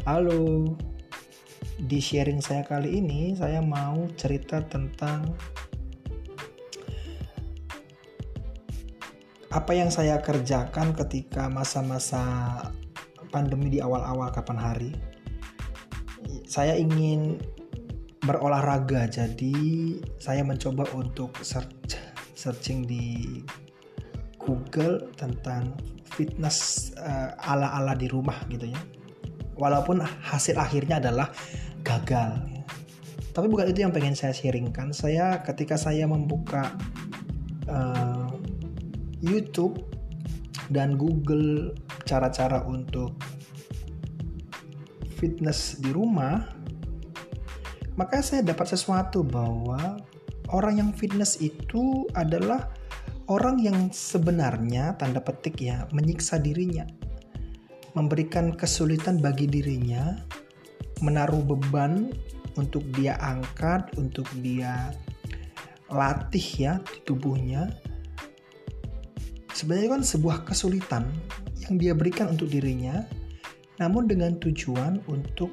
Halo, di sharing saya kali ini saya mau cerita tentang apa yang saya kerjakan ketika masa-masa pandemi di awal-awal kapan hari. Saya ingin berolahraga, jadi saya mencoba untuk searching di Google tentang fitness ala-ala di rumah gitu ya. Walaupun hasil akhirnya adalah gagal. Tapi bukan itu yang pengen saya sharingkan. Ketika saya membuka YouTube dan Google cara-cara untuk fitness di rumah, maka saya dapat sesuatu bahwa orang yang fitness itu adalah orang yang sebenarnya tanda petik ya menyiksa dirinya, memberikan kesulitan bagi dirinya, menaruh beban untuk dia angkat, untuk dia latih ya di tubuhnya. Sebenarnya kan sebuah kesulitan yang dia berikan untuk dirinya, namun dengan tujuan untuk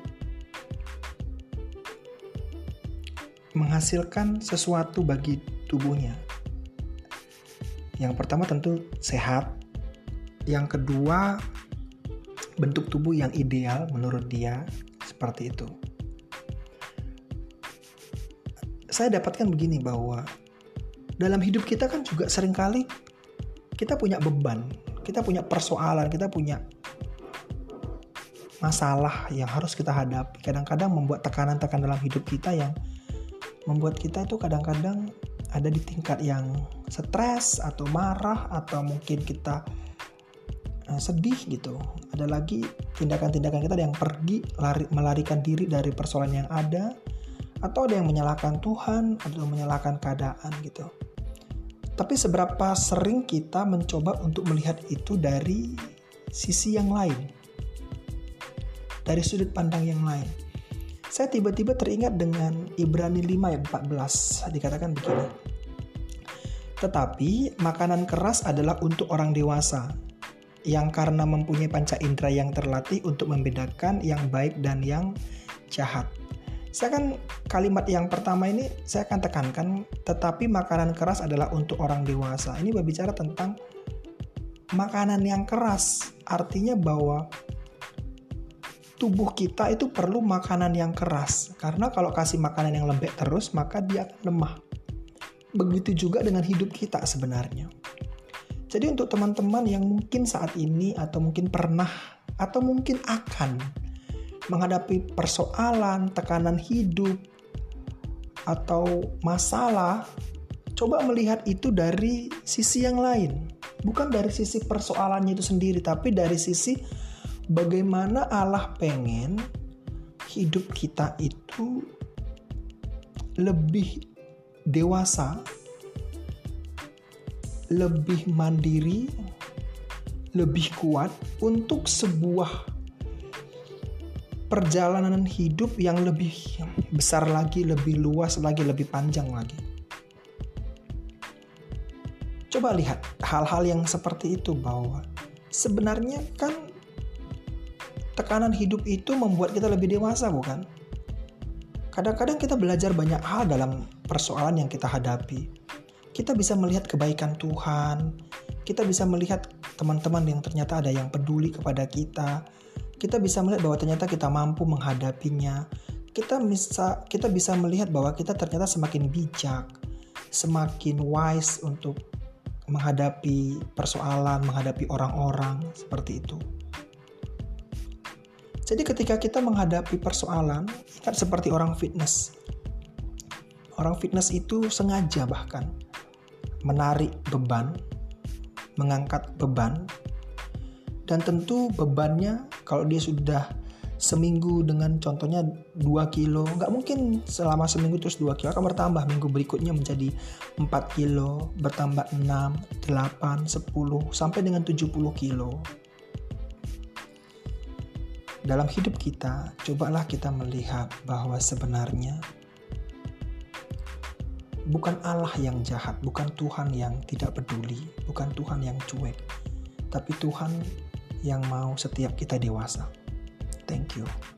menghasilkan sesuatu bagi tubuhnya. Yang pertama tentu sehat, yang kedua bentuk tubuh yang ideal menurut dia, seperti itu. Saya dapatkan begini, bahwa dalam hidup kita kan juga seringkali kita punya beban, kita punya persoalan, kita punya masalah yang harus kita hadapi. Kadang-kadang membuat tekanan-tekanan dalam hidup kita yang membuat kita itu kadang-kadang ada di tingkat yang stres atau marah, atau mungkin kita sedih gitu. Ada lagi tindakan-tindakan kita yang pergi melarikan diri dari persoalan yang ada, atau ada yang menyalahkan Tuhan atau menyalahkan keadaan gitu. Tapi seberapa sering kita mencoba untuk melihat itu dari sisi yang lain, dari sudut pandang yang lain. Saya tiba-tiba teringat dengan Ibrani 5 ayat 14, dikatakan begini. Tetapi makanan keras adalah untuk orang dewasa, yang karena mempunyai panca indera yang terlatih untuk membedakan yang baik dan yang jahat. Kalimat yang pertama ini saya akan tekankan, tetapi makanan keras adalah untuk orang dewasa. Ini berbicara tentang makanan yang keras, artinya bahwa tubuh kita itu perlu makanan yang keras. Karena kalau kasih makanan yang lembek terus, maka dia akan lemah. Begitu juga dengan hidup kita sebenarnya. Jadi untuk teman-teman yang mungkin saat ini atau mungkin pernah atau mungkin akan menghadapi persoalan, tekanan hidup atau masalah, coba melihat itu dari sisi yang lain. Bukan dari sisi persoalannya itu sendiri, tapi dari sisi bagaimana Allah pengen hidup kita itu lebih dewasa, lebih mandiri, lebih kuat untuk sebuah perjalanan hidup yang lebih besar lagi, lebih luas lagi, lebih panjang lagi. Coba lihat hal-hal yang seperti itu, bahwa sebenarnya kan tekanan hidup itu membuat kita lebih dewasa, bukan? Kadang-kadang kita belajar banyak hal dalam persoalan yang kita hadapi. Kita bisa melihat kebaikan Tuhan, kita bisa melihat teman-teman yang ternyata ada yang peduli kepada kita. Kita bisa melihat bahwa ternyata kita mampu menghadapinya. Kita bisa melihat bahwa kita ternyata semakin bijak, semakin wise untuk menghadapi persoalan, menghadapi orang-orang, seperti itu. Jadi ketika kita menghadapi persoalan, ingat seperti orang fitness. Orang fitness itu sengaja bahkan menarik beban, mengangkat beban, dan tentu bebannya kalau dia sudah seminggu dengan contohnya 2 kilo, nggak mungkin selama seminggu terus 2 kilo, akan bertambah minggu berikutnya menjadi 4 kilo, bertambah 6, 8, 10, sampai dengan 70 kilo. Dalam hidup kita, cobalah kita melihat bahwa sebenarnya bukan Allah yang jahat, bukan Tuhan yang tidak peduli, bukan Tuhan yang cuek, tapi Tuhan yang mau setiap kita dewasa. Thank you.